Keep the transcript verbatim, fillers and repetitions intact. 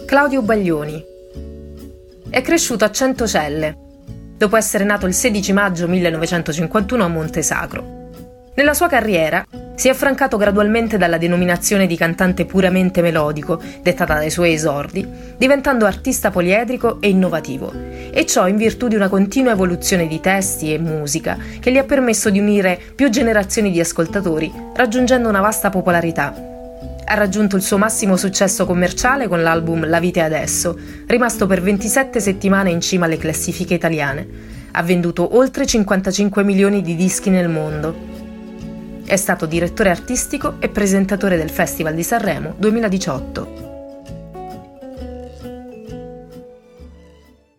Claudio Baglioni. È cresciuto a Centocelle, dopo essere nato il sedici maggio millenovecentocinquantuno a Montesacro. Nella sua carriera si è affrancato gradualmente dalla denominazione di cantante puramente melodico, dettata dai suoi esordi, diventando artista poliedrico e innovativo, e ciò in virtù di una continua evoluzione di testi e musica che gli ha permesso di unire più generazioni di ascoltatori, raggiungendo una vasta popolarità. Ha raggiunto il suo massimo successo commerciale con l'album La vita è adesso, rimasto per ventisette settimane in cima alle classifiche italiane. Ha venduto oltre cinquantacinque milioni di dischi nel mondo. È stato direttore artistico e presentatore del Festival di Sanremo duemiladiciotto.